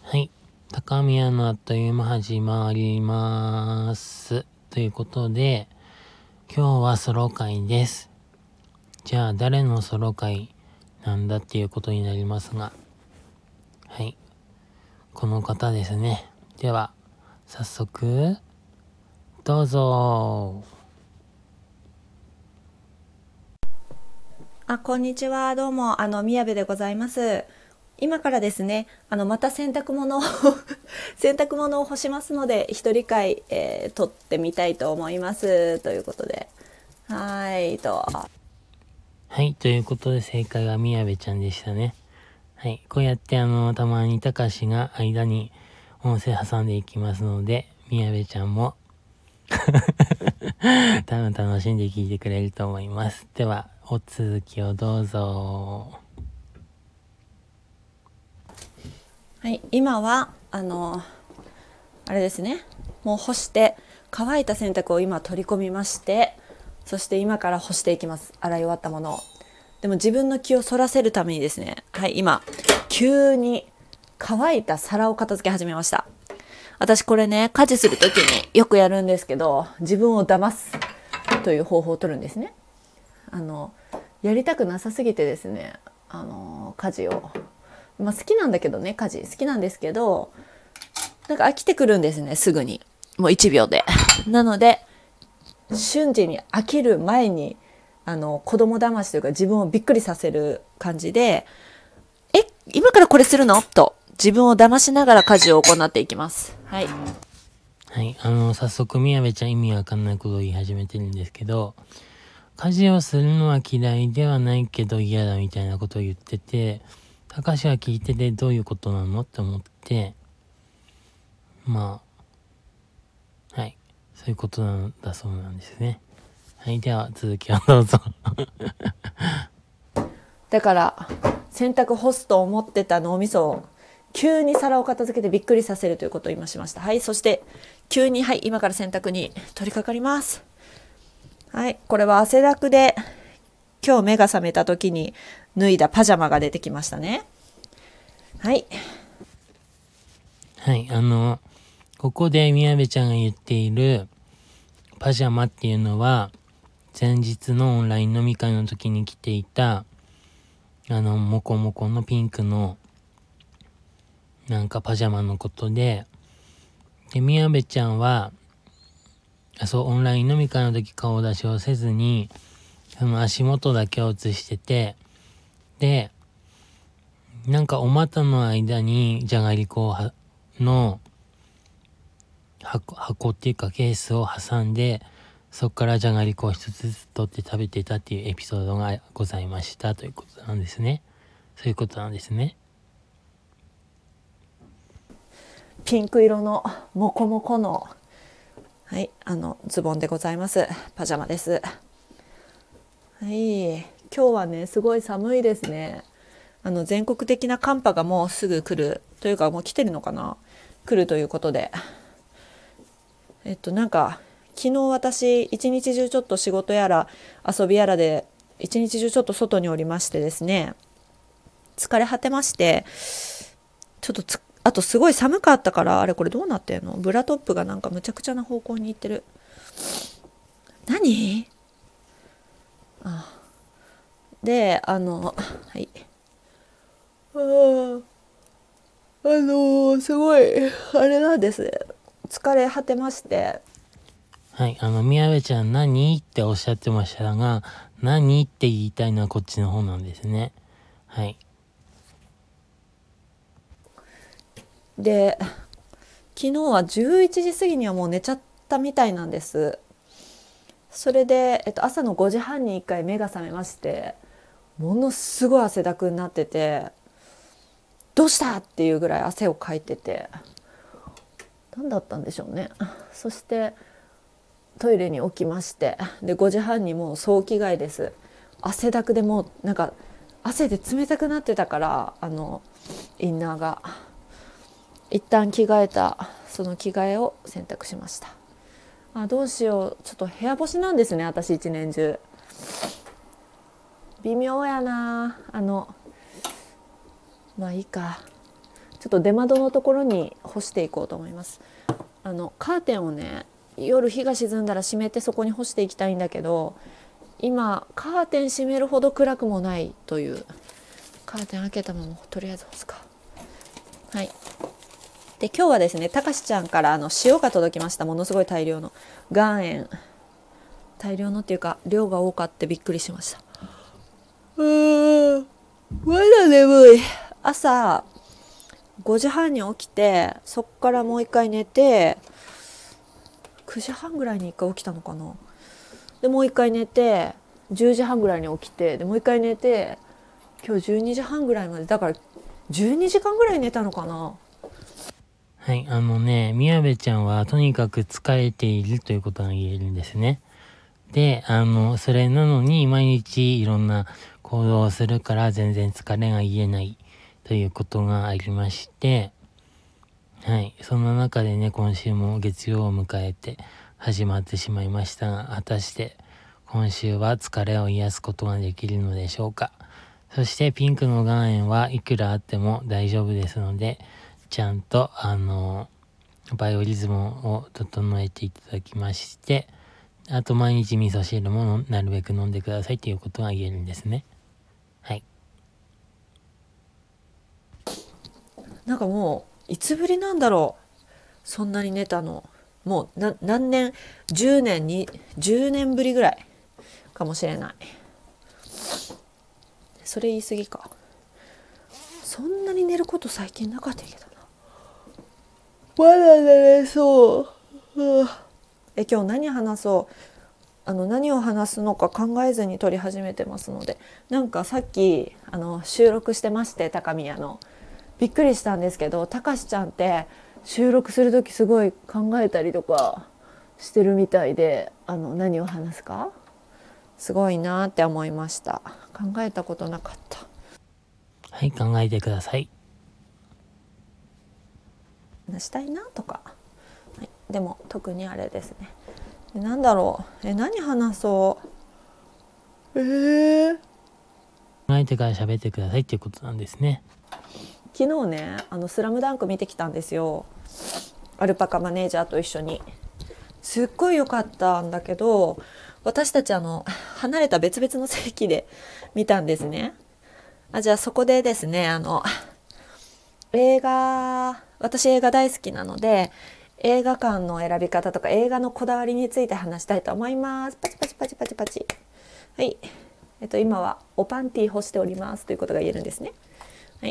はい。高宮のあっという間始まります。ということで、今日はソロ会です。じゃあ、誰のソロ会なんだっていうことになりますが、はい。この方ですね。では、早速、どうぞ。 こんにちは。どうも、宮部でございます。今からですね、また洗濯物を洗濯物を干しますので、一人会、撮ってみたいと思います。ということで。 はい。ということで、正解は宮部ちゃんでしたね。はい。こうやってたまにたかしが間に音声挟んでいきますので、宮部ちゃんも多分楽しんで聞いてくれると思います。では、お続きをどうぞ。 はい、今は、あれですね、もう干して、乾いた洗濯を今取り込みまして、そして今から干していきます。洗い終わったものを。でも自分の気をそらせるためにですね、はい、今、急に乾いた皿を片付け始めました。私これね、家事するときによくやるんですけど、自分を騙すという方法を取るんですね。やりたくなさすぎてですね、家事を、好きなんだけどね、家事好きなんですけど、なんか飽きてくるんですね、すぐに。もう1秒で。なので、瞬時に飽きる前に、子供騙しというか自分をびっくりさせる感じで、今からこれするのと、自分を騙しながら家事を行っていきます。はい。 はい。早速、宮部ちゃん意味わかんないことを言い始めてるんですけど、家事をするのは嫌いではないけど嫌だみたいなことを言ってて、たかしは聞いててどういうことなのって思って、まあ、はい。そういうことなんだそうなんですね。はい。では、続きをどうぞ。 だから洗濯干すと思ってた脳みそを急に皿を片付けてびっくりさせるということを今しました。はい、そして急に、はい、今から洗濯に取り掛かります。はい、これは汗だくで今日目が覚めた時に脱いだパジャマが出てきましたね。はい。 はい。ここで宮部ちゃんが言っているパジャマっていうのは、前日のオンライン飲み会の時に着ていた、モコモコのピンクの、なんかパジャマのことで、で、宮部ちゃんは、オンライン飲み会の時顔出しをせずに、その足元だけを映してて、で、なんかお股の間にじゃがりこの箱っていうかケースを挟んで、そこからじゃがりこを一つずつ取って食べてたっていうエピソードがございましたということなんですね。そういうことなんですね。 ピンク色のモコモコの、はい、ズボンでございます。パジャマです。はい、今日はねすごい寒いですね。全国的な寒波がもうすぐ来るというか、もう来てるのかな、来るということで、なんか昨日私一日中ちょっと仕事やら遊びやらで一日中ちょっと外におりましてですね、疲れ果てまして、ちょっとあとすごい寒かったから、あれこれどうなってんの、ブラトップがなんかむちゃくちゃな方向に行ってる。何で、はい。すごいあれなんです、疲れ果てまして、 はい。宮部ちゃん何っておっしゃってましたが、何って言いたいのはこっちの方なんですね。はい。 で昨日は11時過ぎにはもう寝ちゃったみたいなんです。それで、朝の5時半に1回目が覚めまして、ものすごい汗だくになってて、どうしたっていうぐらい汗をかいてて、何だったんでしょうね。そしてトイレに起きまして、で5時半にもう早着替えです。汗だくでもうなんか汗で冷たくなってたから、インナーが、一旦着替えたその着替えを洗濯しました。どうしよう、ちょっと部屋干しなんですね、私一年中。微妙やな。まあいいか。 ちょっと出窓のところに干していこうと思います。カーテンをね、夜日が沈んだら閉めてそこに干していきたいんだけど、今カーテン閉めるほど暗くもないという。カーテン開けたままとりあえず干すか。はい。で今日はですね、たかしちゃんから塩が届きました。ものすごい大量の岩塩、大量のっていうか量が多かってびっくりしました。まだ眠い。朝5時半に起きて、そっからもう一回寝て、9時半ぐらいに一回起きたのかな。でもう一回寝て10時半ぐらいに起きて、でもう一回寝て、今日12時半ぐらいまで、だから12時間ぐらい寝たのかな。 はい、宮部ちゃんはとにかく疲れているということが言えるんですね。で、それなのに毎日いろんな行動をするから全然疲れが癒えないということがありまして、はい、その中でね、今週も月曜を迎えて始まってしまいましたが、果たして今週は疲れを癒すことができるのでしょうか。そしてピンクの岩塩はいくらあっても大丈夫ですので、ちゃんとバイオリズムを整えていただきまして、あと毎日味噌汁もなるべく飲んでくださいということが言えるんですね。はい。 なんかもういつぶりなんだろう、そんなに寝たの。もう何年、10年ぶりぐらいかもしれない。それ言い過ぎか。そんなに寝ること最近なかったけどな。まだ寝れそう。今日何話そう。何を話すのか考えずに撮り始めてますので、なんかさっき収録してまして、高宮のびっくりしたんですけど、たかしちゃんって収録する時すごい考えたりとかしてるみたいで、何を話すかすごいなって思いました。考えたことなかった。 はい、考えてください。 話したいなとか、はい、でも特にあれですね。なんだろう、何話そう。 考えてから喋ってくださいっていうことなんですね。 昨日ね、スラムダンク見てきたんですよ。アルパカマネージャーと一緒に。すっごい良かったんだけど、私たち離れた別々の席で見たんですね。じゃあそこでですね、私映画大好きなので、映画館の選び方とか映画のこだわりについて話したいと思います。パチパチパチパチパチ。はい。今はおパンティー干しておりますということが言えるんですね。はい。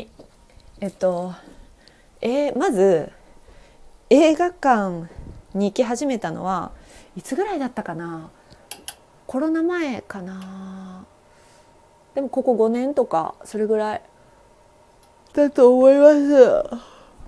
まず映画館に行き始めたのはいつぐらいだったかな。コロナ前かな。でもここ5年とかそれぐらいだと思います。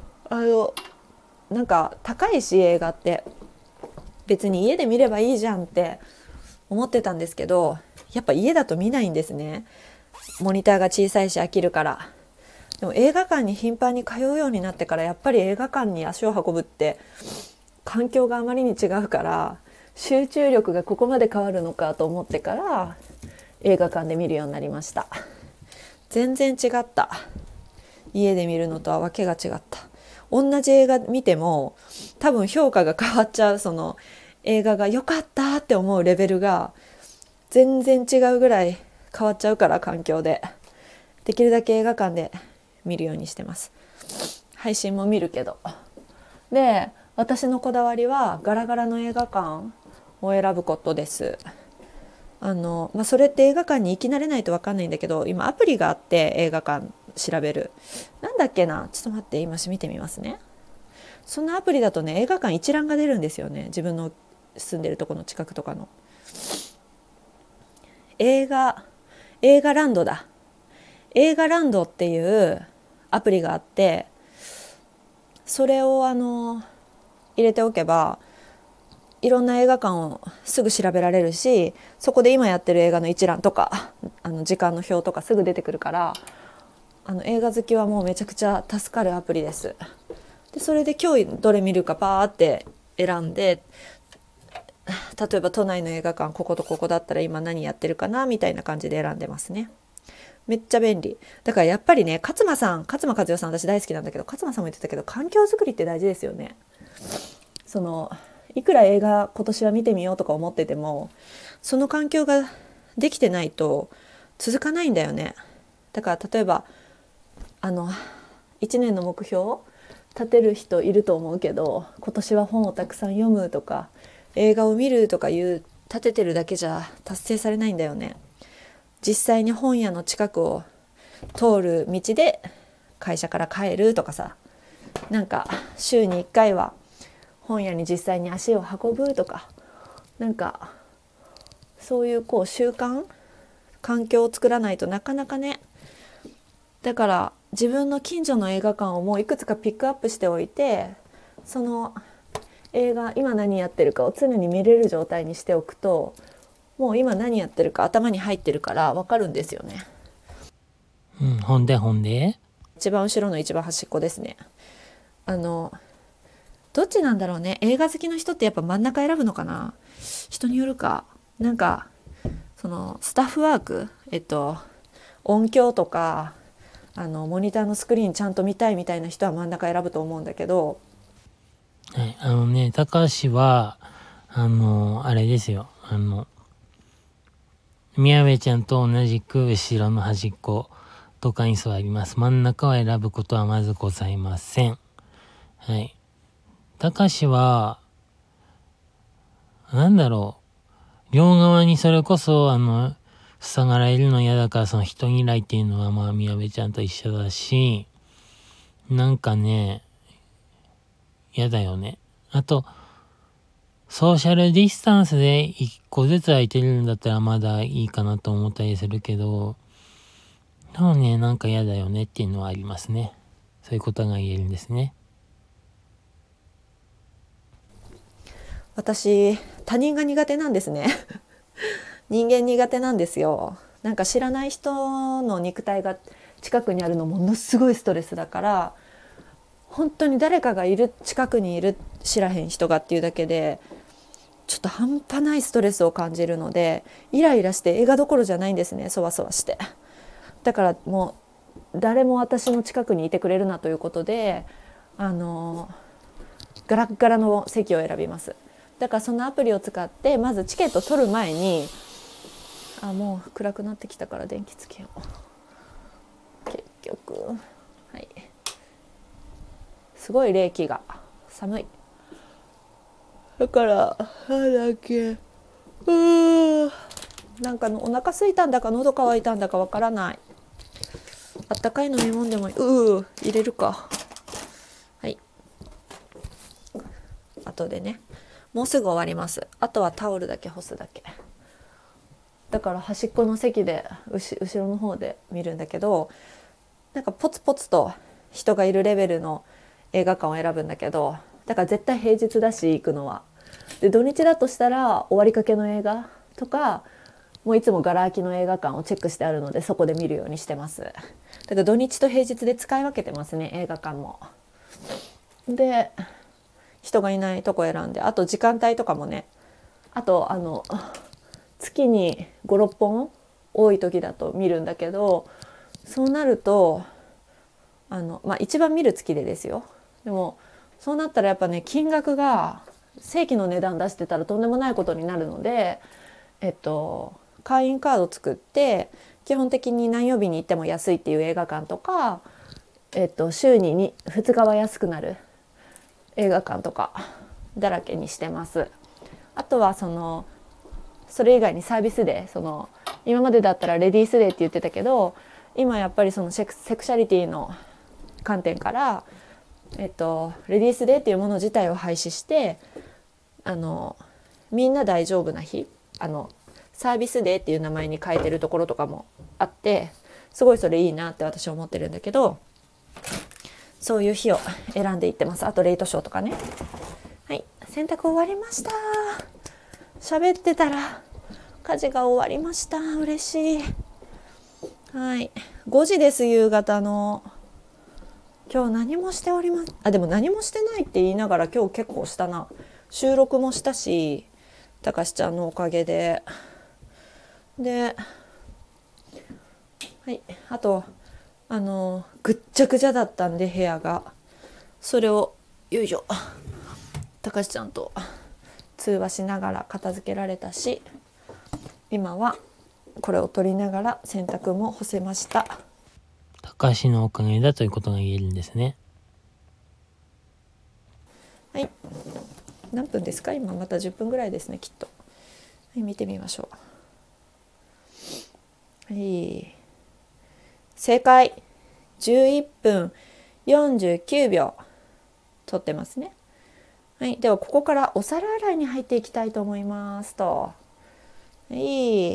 なんか高いし、映画って別に家で見ればいいじゃんって思ってたんですけど、やっぱ家だと見ないんですね。モニターが小さいし飽きるから。でも映画館に頻繁に通うようになってから、やっぱり映画館に足を運ぶって環境があまりに違うから、集中力がここまで変わるのかと思ってから映画館で見るようになりました。全然違った。家で見るのとはわけが違った。同じ映画見ても多分評価が変わっちゃう。その映画が良かったって思うレベルが全然違うぐらい変わっちゃうから、環境で。できるだけ映画館で見るようにしてます。配信も見るけど。で、私のこだわりはガラガラの映画館を選ぶことです。それって映画館に行き慣れないと分かんないんだけど、今アプリがあって映画館調べる。なんだっけな、ちょっと待って、今見てみますね。そのアプリだとね、映画館一覧が出るんですよね。自分の住んでるとこの近くとかの映画ランドだ。映画ランドっていうアプリがあって、それを入れておけばいろんな映画館をすぐ調べられるし、そこで今やってる映画の一覧とか時間の表とかすぐ出てくるから、映画好きはもうめちゃくちゃ助かるアプリです。でそれで今日どれ見るかパーって選んで、例えば都内の映画館こことここだったら今何やってるかなみたいな感じで選んでますね。 めっちゃ便利だから。やっぱりね、勝間和代さん私大好きなんだけど、勝間さんも言ってたけど、環境づくりって大事ですよね。いくら映画今年は見てみようとか思ってても、その環境ができてないと続かないんだよね。だから例えば1年の目標立てる人いると思うけど、今年は本をたくさん読むとか映画を見るとかいう立ててるだけじゃ達成されないんだよね。実際に本屋の近くを通る道で会社から帰るとかさ、なんか週に1回は本屋に実際に足を運ぶとか、なんかそういう習慣、環境を作らないとなかなかね。だから自分の近所の映画館をもういくつかピックアップしておいて、その映画今何やってるかを常に見れる状態にしておくと、もう今何やってるか頭に入ってるから分かるんですよね。 ほんで一番後ろの一番端っこですね。どっちなんだろうね。映画好きの人ってやっぱ真ん中選ぶのかな。人によるか。なんかスタッフワーク、音響とかモニターのスクリーンちゃんと見たいみたいな人は真ん中選ぶと思うんだけど、 はい、高橋はあれですよ、宮部ちゃんと同じく後ろの端っことかに座ります。真ん中を選ぶことはまずございません。はい。高橋はなんだろう、両側にそれこそ塞がられるの嫌だから、その人嫌いっていうのはまあ宮部ちゃんと一緒だし、なんかね嫌だよね。あとソーシャルディスタンスで一個ずつ空いてるんだったらまだいいかなと思ったりするけど、でもね、なんか嫌だよねっていうのはありますね。そういうことが言えるんですね。 私他人が苦手なんですね人間苦手なんですよ。なんか知らない人の肉体が近くにあるのものすごいストレスだから、本当に誰かがいる、近くにいる、知らへん人がっていうだけでちょっと半端ないストレスを感じるので、イライラして映画どころじゃないんですね。そわそわして。だからもう誰も私の近くにいてくれるなということで、ガラッガラの席を選びます。だからそのアプリを使ってまずチケット取る前に、もう暗くなってきたから電気つけよう。結局はい、すごい冷気が寒い。だからなんだっけ、なんかお腹空いたんだか喉乾いたんだかわからない。あったかい飲み物でも入れるか。はい、後でね。もうすぐ終わります。あとはタオルだけ干すだけだから、端っこの席で後ろの方で見るんだけど、なんかポツポツと人がいるレベルの映画館を選ぶんだけど、だから絶対平日だし行くのは。で土日だとしたら終わりかけの映画とか、もういつもガラ空きの映画館をチェックしてあるのでそこで見るようにしてます。だから土日と平日で使い分けてますね、映画館も。で人がいないとこ選んで、あと時間帯とかもね、あと月に5、6本多い時だと見るんだけど、そうなると一番見る月でですよ。でもそうなったらやっぱね、金額が正規の値段出してたらとんでもないことになるので、会員カード作って基本的に何曜日に行っても安いっていう映画館とか、週に2日は安くなる映画館とかだらけにしてます。あとはそれ以外にサービスデー、今までだったらレディースデーって言ってたけど、今やっぱりセクシャリティの観点から、レディースデーっていうもの自体を廃止して、みんな大丈夫な日、サービスデーっていう名前に変えてるところとかもあって、すごいそれいいなって私は思ってるんだけど、そういう日を選んでいってます。あとレイトショーとかね。はい、洗濯終わりました。喋ってたら家事が終わりました。嬉しい。はい、5時です。夕方の。今日何もしております。でも何もしてないって言いながら今日結構したな。収録もしたし、たかしちゃんのおかげで。で、ははい、あとぐっちゃぐちゃだったんで部屋が、それをよいしょたかしちゃんと通話しながら片付けられたし、今はこれを取りながら洗濯も干せました。 たかしのおかげだということが言えるんですね。 はい、何分ですか？今また10分ぐらいですね、きっと。はい、見てみましょう。はい、正解。11分49秒取ってますね。はい、ではここからお皿洗いに入っていきたいと思いますと。はい、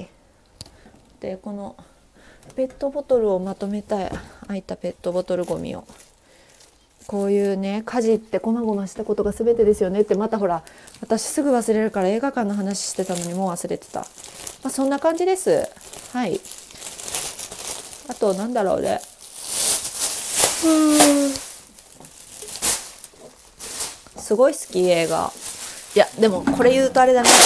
でこのペットボトルをまとめた空いたペットボトルゴミを、こういうね、家事ってこまごましたことが全てですよねって、またほら私すぐ忘れるから映画館の話してたのにもう忘れてた。そんな感じです。はい。あとなんだろうね、すごい好き映画。いやでもこれ言うとあれだね、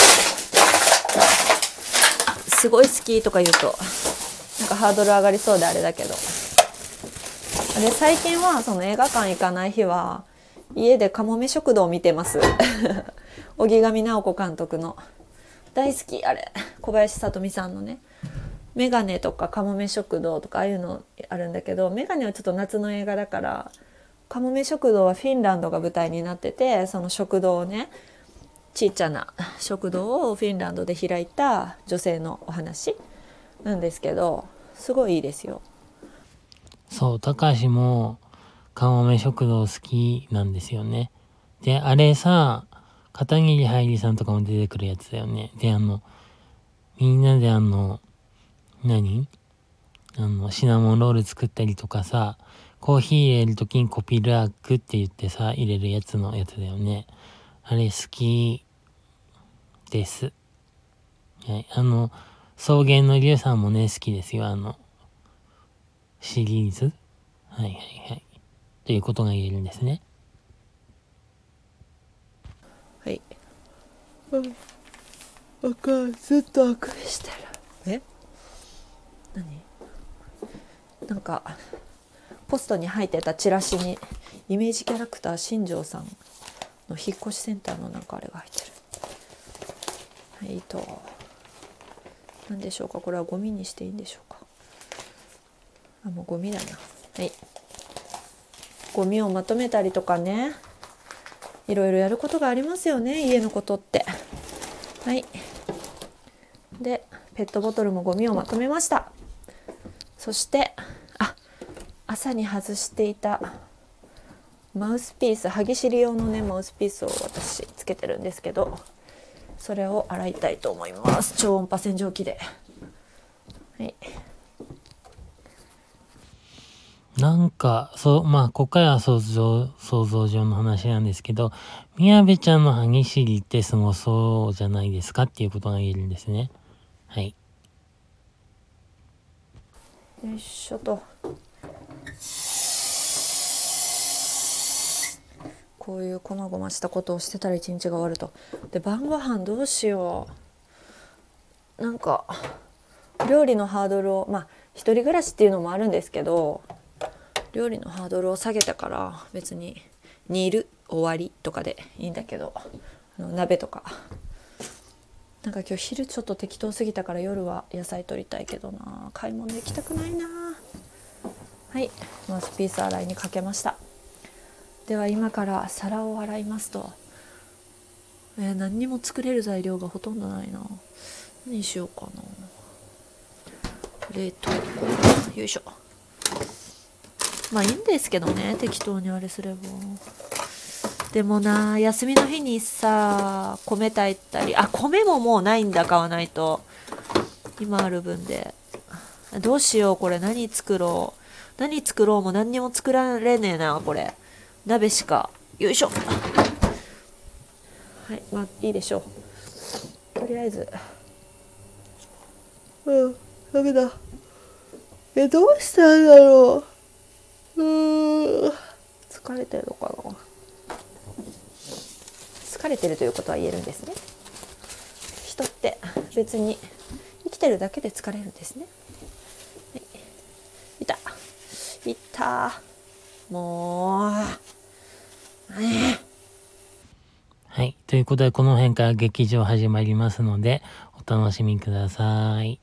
すごい好きとか言うとなんかハードル上がりそうであれだけど、で最近はその映画館行かない日は家でかもめ食堂を見てます荻上直子監督の大好き、あれ小林聡美さんのね、メガネとかかもめ食堂とかああいうのあるんだけど、メガネはちょっと夏の映画だから、かもめ食堂はフィンランドが舞台になってて、その食堂をね、ちっちゃな食堂をフィンランドで開いた女性のお話なんですけど、すごいいいですよ。 そう、たかしもかもめ食堂好きなんですよね。で、あれさ、片桐はいりさんとかも出てくるやつだよね。で、みんなでシナモンロール作ったりとかさ、コーヒー入れるときにコピーラークって言ってさ、入れるやつだよね。あれ好きです。はい。草原の竜さんもね、好きですよ。シリーズ。はいはいはい。ということが言えるんですね。 はい。ずっとあくびしてる。何？なんかポストに入ってたチラシにイメージキャラクター新庄さんの引っ越しセンターのなんかあれが入ってる。はいと、何でしょうか、これはゴミにしていいんでしょうか。もうゴミだな。はい、ゴミをまとめたりとかね、いろいろやることがありますよね、家のことって。はい、でペットボトルもゴミをまとめました。そして朝に外していたマウスピース、歯ぎしり用のねマウスピースを私つけてるんですけど、それを洗いたいと思います。超音波洗浄機で。はい、 なんか、ここからは想像上の話なんですけど、宮部ちゃんの歯ぎしりってすごそうじゃないですかっていうことが言えるんですね。はい。 よいしょと。こういうこまごましたことをしてたら一日が終わると。で晩ご飯どうしよう。なんか料理のハードルを一人暮らしっていうのもあるんですけど、料理のハードルを下げたから別に煮る終わりとかでいいんだけど、鍋とかなんか今日昼ちょっと適当すぎたから夜は野菜取りたいけどな、買い物行きたくないな。はい、マウスピース洗いにかけました。では今から皿を洗いますと。何にも作れる材料がほとんどないな。何しようかな。冷凍、よいしょ。いいんですけどね、適当にあれすれば。でもな、休みの日にさ米炊いたり、米ももうないんだ、買わないと。今ある分でどうしよう。これ何作ろうも何にも作られねえな、これ。鍋しか。よいしょ。はい、いいでしょう。とりあえずダメだ。どうしたんだろう。疲れてるのかな。疲れてるということは言えるんですね。人って別に生きてるだけで疲れるんですね。はい、 た。もう、 はい。ということで、この辺から劇場始まりますので、お楽しみください。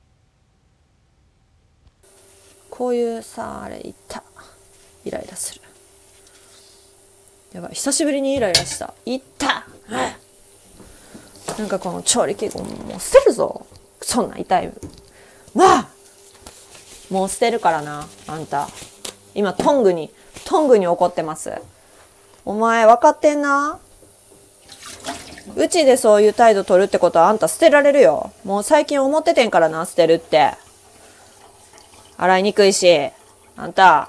こういうさ、あれいた。イライラする。やばい、久しぶりにイライラした。いった。なんかこの調理器具もう捨てるぞ。そんな痛い。まあもう捨てるからな、あんた。今トングに怒ってます。お前分かってんな。うちでそういう態度取るってことはあんた捨てられるよ。もう最近思っててんからな、捨てるって。洗いにくいし、あんた。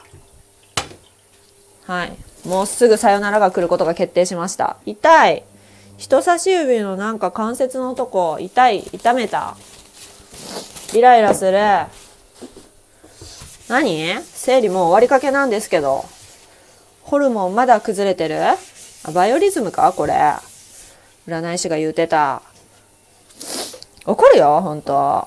はい。もうすぐさよならが来ることが決定しました。痛い。人差し指のなんか関節のとこ、痛めた。イライラする。何？生理もう終わりかけなんですけど。ホルモンまだ崩れてる？バイオリズムかこれ。占い師が言うてた。怒るよ、ほんと。はい。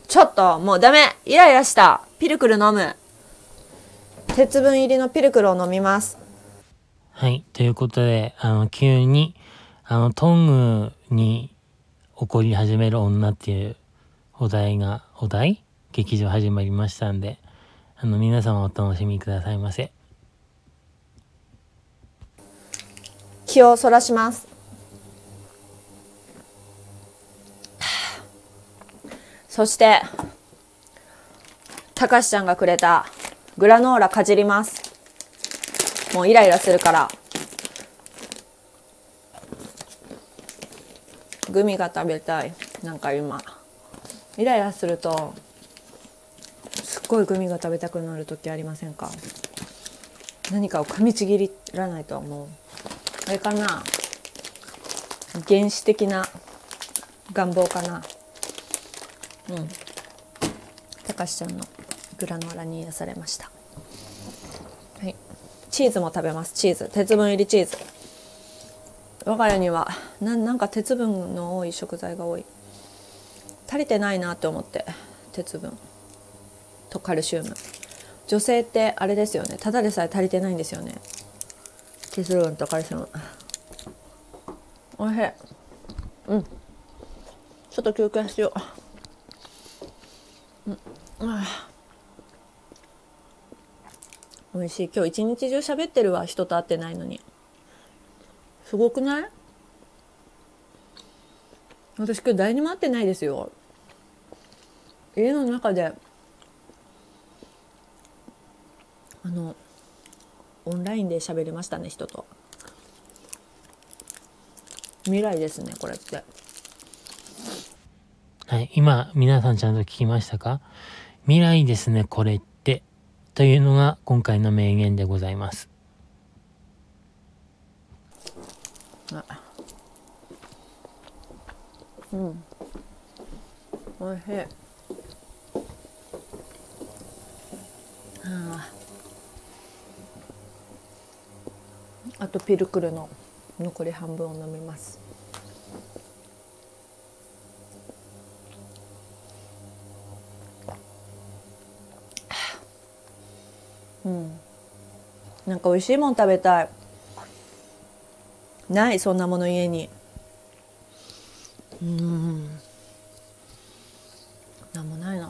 ちょっと、もうダメ。イライラした。ピルクル飲む。鉄分入りのピルクルを飲みます。 はい。ということで、急に、トングに怒り始める女っていうお題劇場始まりましたんで、皆様お楽しみくださいませ。 気をそらします。そして、たかしちゃんがくれたグラノーラかじります。もうイライラするから。グミが食べたい。なんか今イライラするとすっごいグミが食べたくなる時ありませんか？何かを噛みちぎらないと思う。あれかな、原始的な願望かな。たかしちゃんのグラノーラに癒されました。はい、チーズも食べます。チーズ、鉄分入りチーズ。我が家にはなんか鉄分の多い食材が多い。足りてないなって思って。鉄分とカルシウム。女性ってあれですよね、ただでさえ足りてないんですよね、鉄分とカルシウム。おいしい。ちょっと休憩しよう。おいしい。今日一日中喋ってるわ、人と会ってないのに。すごくない？私今日誰にも会ってないですよ。家の中でオンラインで喋りましたね、人と。未来ですね、これって。 はい。今、皆さんちゃんと聞きましたか？未来ですね、これって。というのが今回の名言でございます。 おいしい。あとピルクルの残り半分を飲みます。なんか美味しいもん食べたい。ない、そんなもの家に。なんもないな。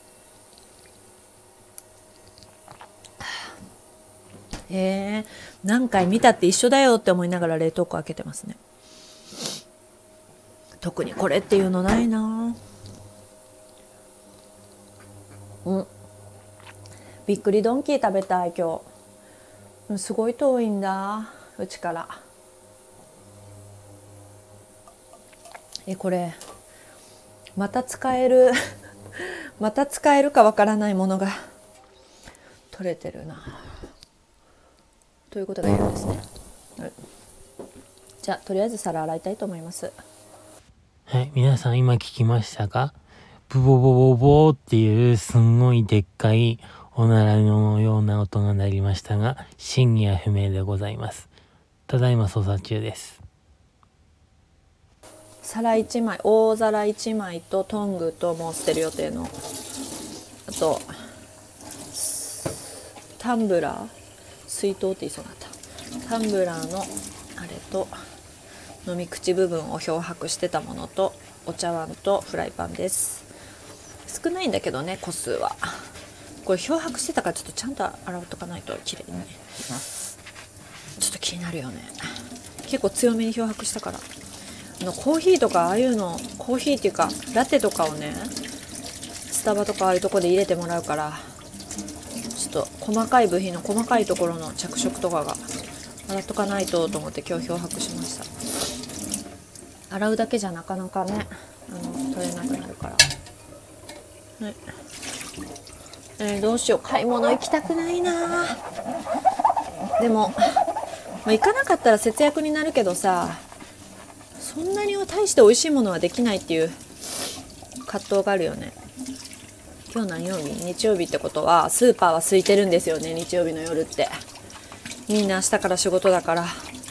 何回見たって一緒だよって思いながら冷凍庫開けてますね。特にこれっていうのないな。びっくりドンキー食べたい今日。すごい遠いんだ、うちから。これまた使えるまた使えるかわからないものが取れてるなということが言うんですね。じゃあとりあえず皿洗いたいと思います。 はい。皆さん今聞きましたか？ブボボボボーっていうすんごいでっかいおならのような音が鳴りましたが、真偽は不明でございます。ただいま捜査中です。 皿1枚、大皿1枚とトングともう捨てる予定の、あとタンブラー、水筒って言いそうになった。タンブラーのあれと飲み口部分を漂白してたものとお茶碗とフライパンです。少ないんだけどね、個数は。これ漂白してたからちょっとちゃんと洗うとかないと綺麗にね。ちょっと気になるよね。結構強めに漂白したから。コーヒーとかああいうの、コーヒーっていうかラテとかをね、スタバとかああいうとこで入れてもらうから、ちょっと細かい部品の細かいところの着色とかが洗っとかないと思って今日漂白しました。洗うだけじゃなかなかね取れなくなるから、どうしよう、買い物行きたくないな。でも、行かなかったら節約になるけどさ、そんなに大して美味しいものはできないっていう葛藤があるよね。今日何曜日？日曜日ってことはスーパーは空いてるんですよね、日曜日の夜って。みんな明日から仕事だから、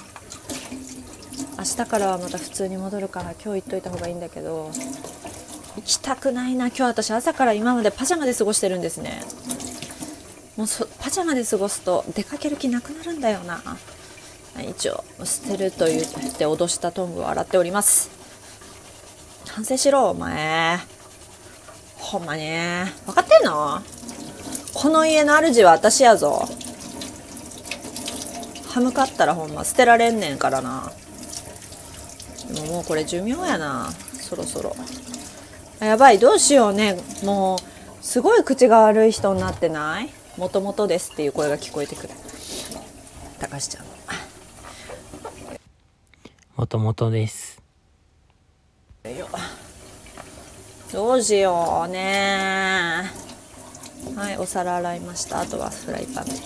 明日からはまた普通に戻るから今日行っといた方がいいんだけど、行きたくないな。今日私朝から今までパジャマで過ごしてるんですね。もうパジャマで過ごすと出かける気なくなるんだよな。一応捨てると言って脅したトングを洗っております。反省しろお前、ほんまに分かってんの？この家の主は私やぞ。歯向かったらほんま捨てられんねんからな。でももうこれ寿命やな、そろそろ。やばい、どうしようね。もうすごい口が悪い人になってない？もともとですっていう声が聞こえてくる。たかしちゃんのもともとです。 どうしようね。はい、お皿洗いました。あとはフライパンです。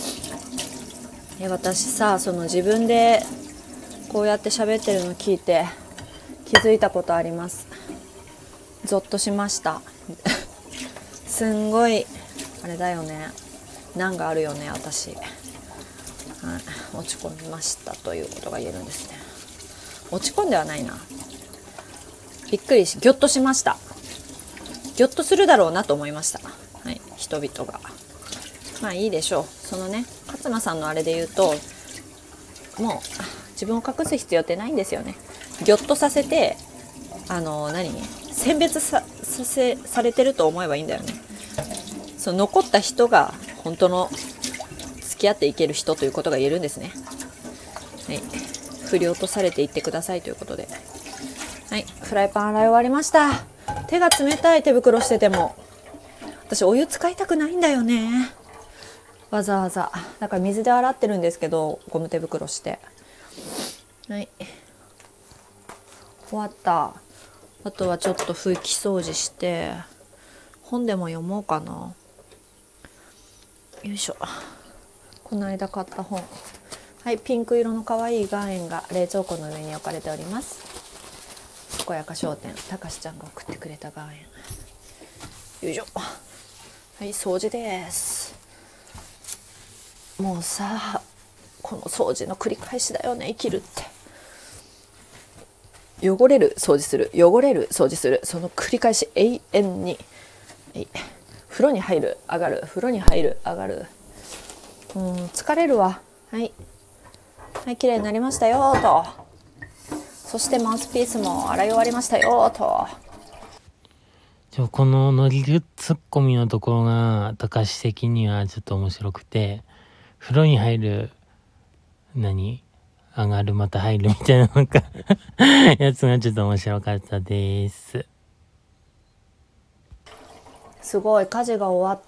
私さ、その自分でこうやって喋ってるの聞いて気づいたことあります。ゾッとしましたすんごいあれだよね、難があるよね私、はい、落ち込みましたということが言えるんですね。落ち込んではないな、びっくりしギョッとしました。ギョッとするだろうなと思いました。はい、人々が。まあいいでしょう。そのね、勝間さんのあれで言うと、もう自分を隠す必要ってないんですよね。ギョッとさせて選別されてると思えばいいんだよね。その残った人が本当の付き合っていける人ということが言えるんですね。はい、振り落とされていってくださいということで。はい、フライパン洗い終わりました。手が冷たい、手袋してても。私お湯使いたくないんだよね、わざわざ。だから水で洗ってるんですけど、ゴム手袋して。はい、終わった。あとはちょっと拭き掃除して本でも読もうかな。よいしょ。この間買った本、はい、ピンク色の可愛い岩塩が冷蔵庫の上に置かれております。こやか商店、たかしちゃんが送ってくれた岩塩。よいしょ。はい、掃除です。もうさ、この掃除の繰り返しだよね、生きるって。汚れる掃除する、汚れる掃除する、その繰り返し永遠に。風呂に入る、上がる、風呂に入る、上がる。疲れるわ。はい、はい、綺麗になりましたよと。そしてマウスピースも洗い終わりましたよと。 このノリルツッコミのところが高橋的にはちょっと面白くて、風呂に入る上がるまた入るみたいななんかやつがちょっと面白かったです。 すごい、家事が終わった。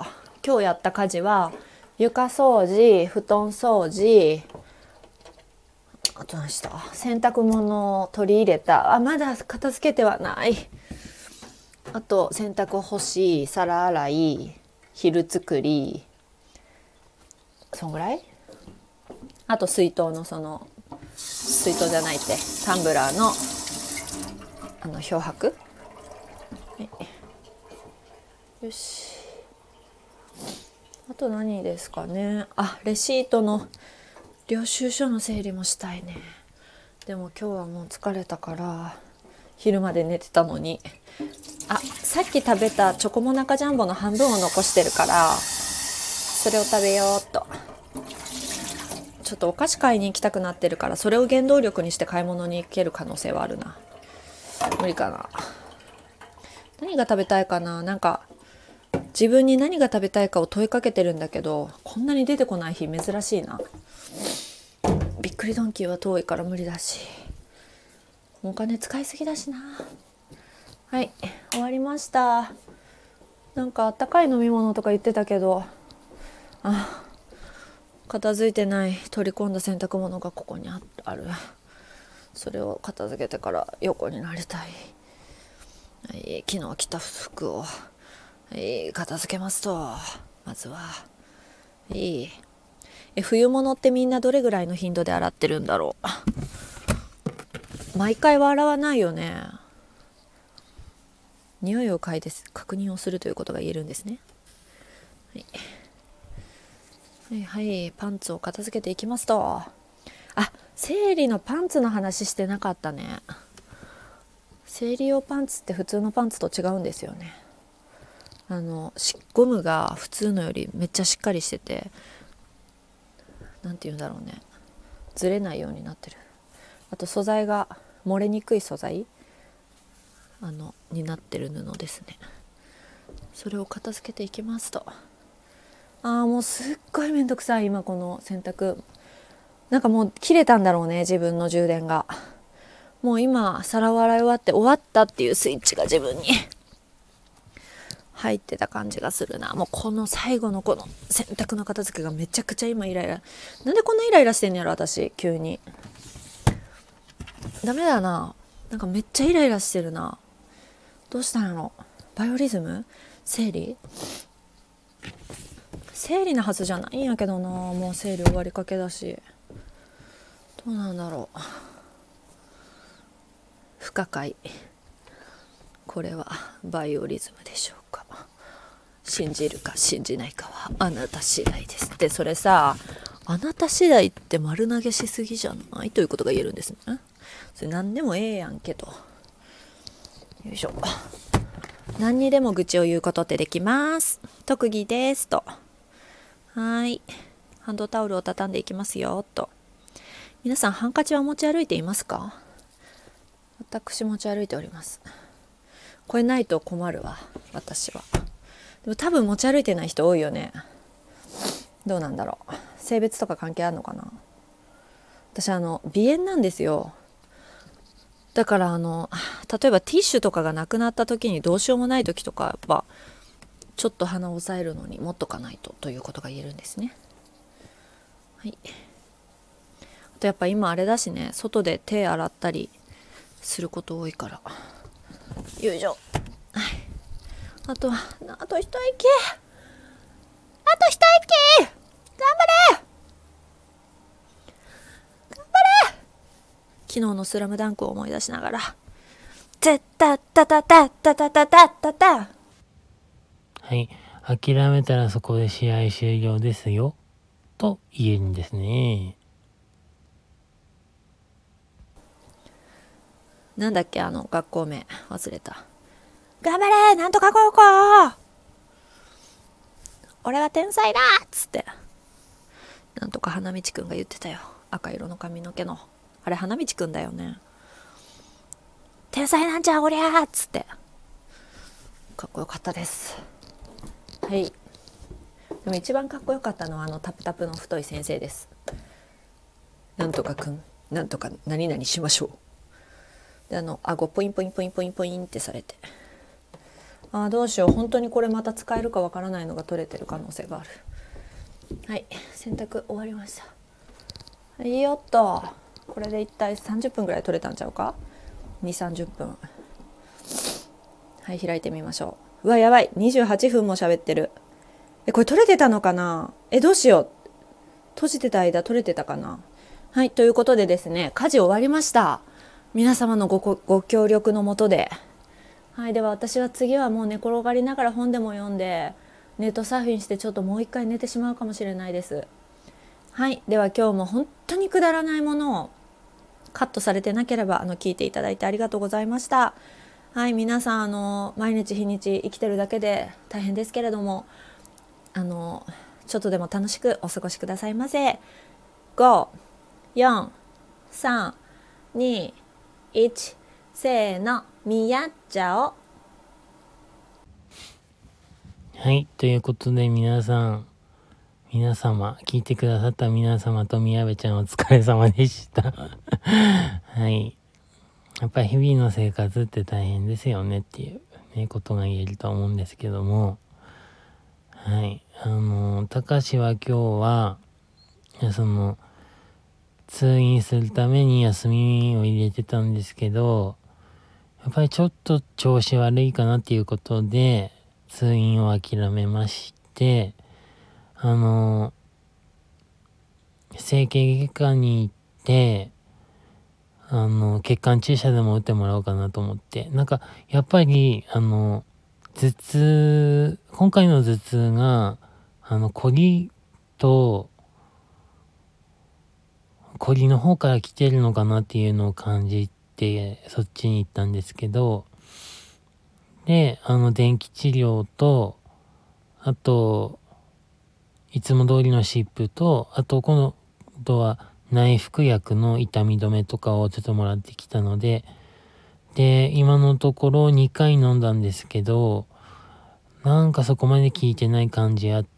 今日やった家事は床掃除、布団掃除、あと何した？洗濯物を取り入れた。まだ片付けてはない。あと洗濯干し、皿洗い、昼作り、そんぐらい。あと水筒の水筒じゃないってタンブラーの漂白、はい、よし。あと何ですかね。レシートの領収書の整理もしたいね。でも今日はもう疲れたから昼まで寝てたのに。さっき食べたチョコモナカジャンボの半分を残してるから、 それを食べようっと。ちょっとお菓子買いに行きたくなってるから、それを原動力にして買い物に行ける可能性はあるな。無理かな。何が食べたいかな。なんか自分に何が食べたいかを問いかけてるんだけど、こんなに出てこない日珍しいな。びっくりドンキーは遠いから無理だし、お金使いすぎだしな。はい、終わりました。なんかあったかい飲み物とか言ってたけど、片付いてない取り込んだ洗濯物がここにある。それを片付けてから横になりたい。はい、昨日着た服を、片付けますと、まずは、冬物ってみんなどれぐらいの頻度で洗ってるんだろう。毎回は洗わないよね。匂いを嗅いで確認をするということが言えるんですね。はいはい、パンツを片付けていきますと、生理のパンツの話してなかったね。生理用パンツって普通のパンツと違うんですよね。ゴムが普通のよりめっちゃしっかりしてて、なんて言うんだろうね、ずれないようになってる。あと素材が漏れにくい素材になってる布ですね。それを片付けていきますと、もうすっごいめんどくさい。今この洗濯、なんかもう切れたんだろうね、自分の充電が。もう今皿を洗い終わって終わったっていうスイッチが自分に入ってた感じがするな。もうこの最後のこの洗濯の片付けがめちゃくちゃ今イライラ。なんでこんなイライラしてんのやろ私、急に。ダメだな。なんかめっちゃイライラしてるな。どうしたの？バイオリズム？生理なはずじゃないんやけどな。もう生理終わりかけだし、どうなんだろう。不可解。これはバイオリズムでしょうか。信じるか信じないかはあなた次第ですって。それさ、あなた次第って丸投げしすぎじゃないということが言えるんですね。それ何でもええやんけど。よいしょ。何にでも愚痴を言うことってできます。特技ですと。はい、ハンドタオルを畳んでいきますよと。皆さんハンカチは持ち歩いていますか？私持ち歩いております。これないと困るわ、私は。でも多分持ち歩いてない人多いよね。どうなんだろう、性別とか関係あるのかな。私鼻炎なんですよ。だから例えばティッシュとかがなくなった時にどうしようもない時とか、やっぱちょっと鼻を押さえるのに持っとかないということが言えるんですね。はい。あとやっぱ今あれだしね、外で手洗ったりすること多いから。よいしょ。はい。あと一息。あと一息。頑張れ。昨日のスラムダンクを思い出しながら、ゼッタッタタタタタタタタタ。 はい、諦めたらそこで試合終了ですよと言えるんですね。 なんだっけ、学校名忘れた。頑張れ、なんとか高校、俺は天才だっつって、なんとか花道くんが言ってたよ。赤色の髪の毛のあれ花道くんだよね。天才なんじゃおりゃーっつって、かっこよかったです。はい。でも一番かっこよかったのはタプタプの太い先生です。なんとかくん、なんとか何々しましょう。で顎ポインポインポインポインポインってされて、どうしよう、本当にこれまた使えるかわからないのが取れてる可能性がある。はい、洗濯終わりました。いいよっと。これで一体30分ぐらい取れたんちゃうか。2、30分。はい、開いてみましょう。うわ、やばい、28分も喋ってる。これ取れてたのかな。どうしよう、閉じてた間取れてたかな。はい、ということでですね、家事終わりました。皆様のご協力のもとで。はい、では私は次はもう寝転がりながら本でも読んで、ネットサーフィンしてちょっともう一回寝てしまうかもしれないです。はい、では今日も本当にくだらないものをカットされてなければ聞いていただいてありがとうございました。はい、皆さん毎日日にち生きてるだけで大変ですけれども、ちょちょっとでも楽しくお過ごしくださいませ。5、4、3、2、1、せーの、見合っちゃお。 はい、ということで皆様、聞いてくださった皆様と宮部ちゃんお疲れ様でした。はい。やっぱり日々の生活って大変ですよねっていうね、ことが言えると思うんですけども、はい。高志は今日は、通院するために休みを入れてたんですけど、やっぱりちょっと調子悪いかなっていうことで、通院を諦めまして、整形外科に行って、血管注射でも打ってもらおうかなと思って。やっぱり、今回の頭痛が、コリの方から来てるのかなっていうのを感じて、そっちに行ったんですけど、で、電気治療と、あと、いつも通りの湿布と、あと、今度は内服薬の痛み止めとかをちょっともらってきたので、で、今のところ2回飲んだんですけど、そこまで効いてない感じあって、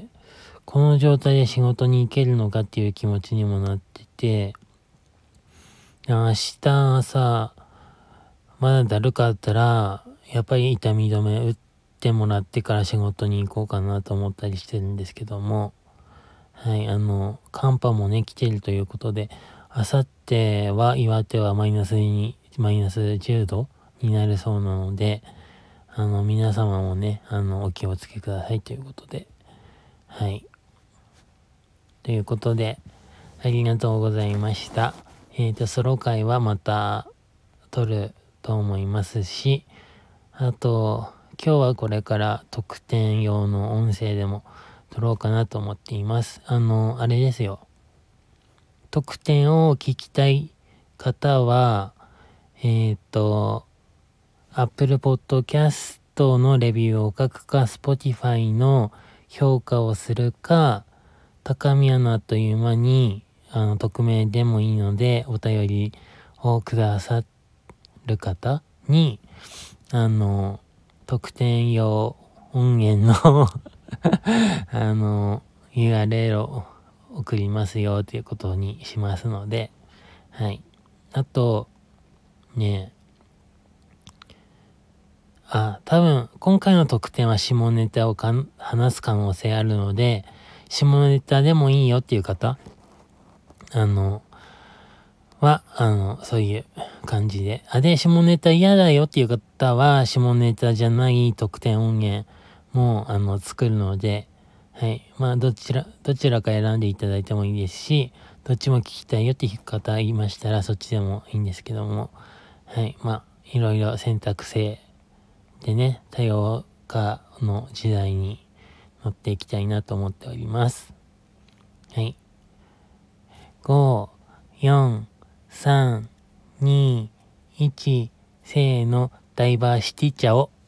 この状態で仕事に行けるのかっていう気持ちにもなってて、明日朝、まだだるかったら、やっぱり痛み止め打ってもらってから仕事に行こうかなと思ったりしてるんですけども、はい、寒波もね、来てるということで、あさっては岩手はマイナス10度になるそうなので、皆様もね、お気をつけくださいということで、はい。ということで、ありがとうございました。ソロ会はまた撮ると思いますし、あと、今日はこれから特典用の音声でも撮ろうかなと思っています。あれですよ。特典を聞きたい方は、Apple Podcast のレビューを書くか、Spotify の評価をするか、高宮のあっという間に、匿名でもいいので、お便りをくださる方に、特典用音源のURL を送りますよということにしますので、はい。あと、ね、多分、今回の特典は下ネタを話す可能性あるので、下ネタでもいいよっていう方、そういう感じで。で、下ネタ嫌だよっていう方は、下ネタじゃない特典音源も、作るので、はい。どちらか選んでいただいてもいいですし、どっちも聞きたいよっていう方いましたら、そっちでもいいんですけども、はい。いろいろ選択制でね、多様化の時代に乗っていきたいなと思っております。はい。5、4、3、2、1、せーの、ダイバーシティチャオ。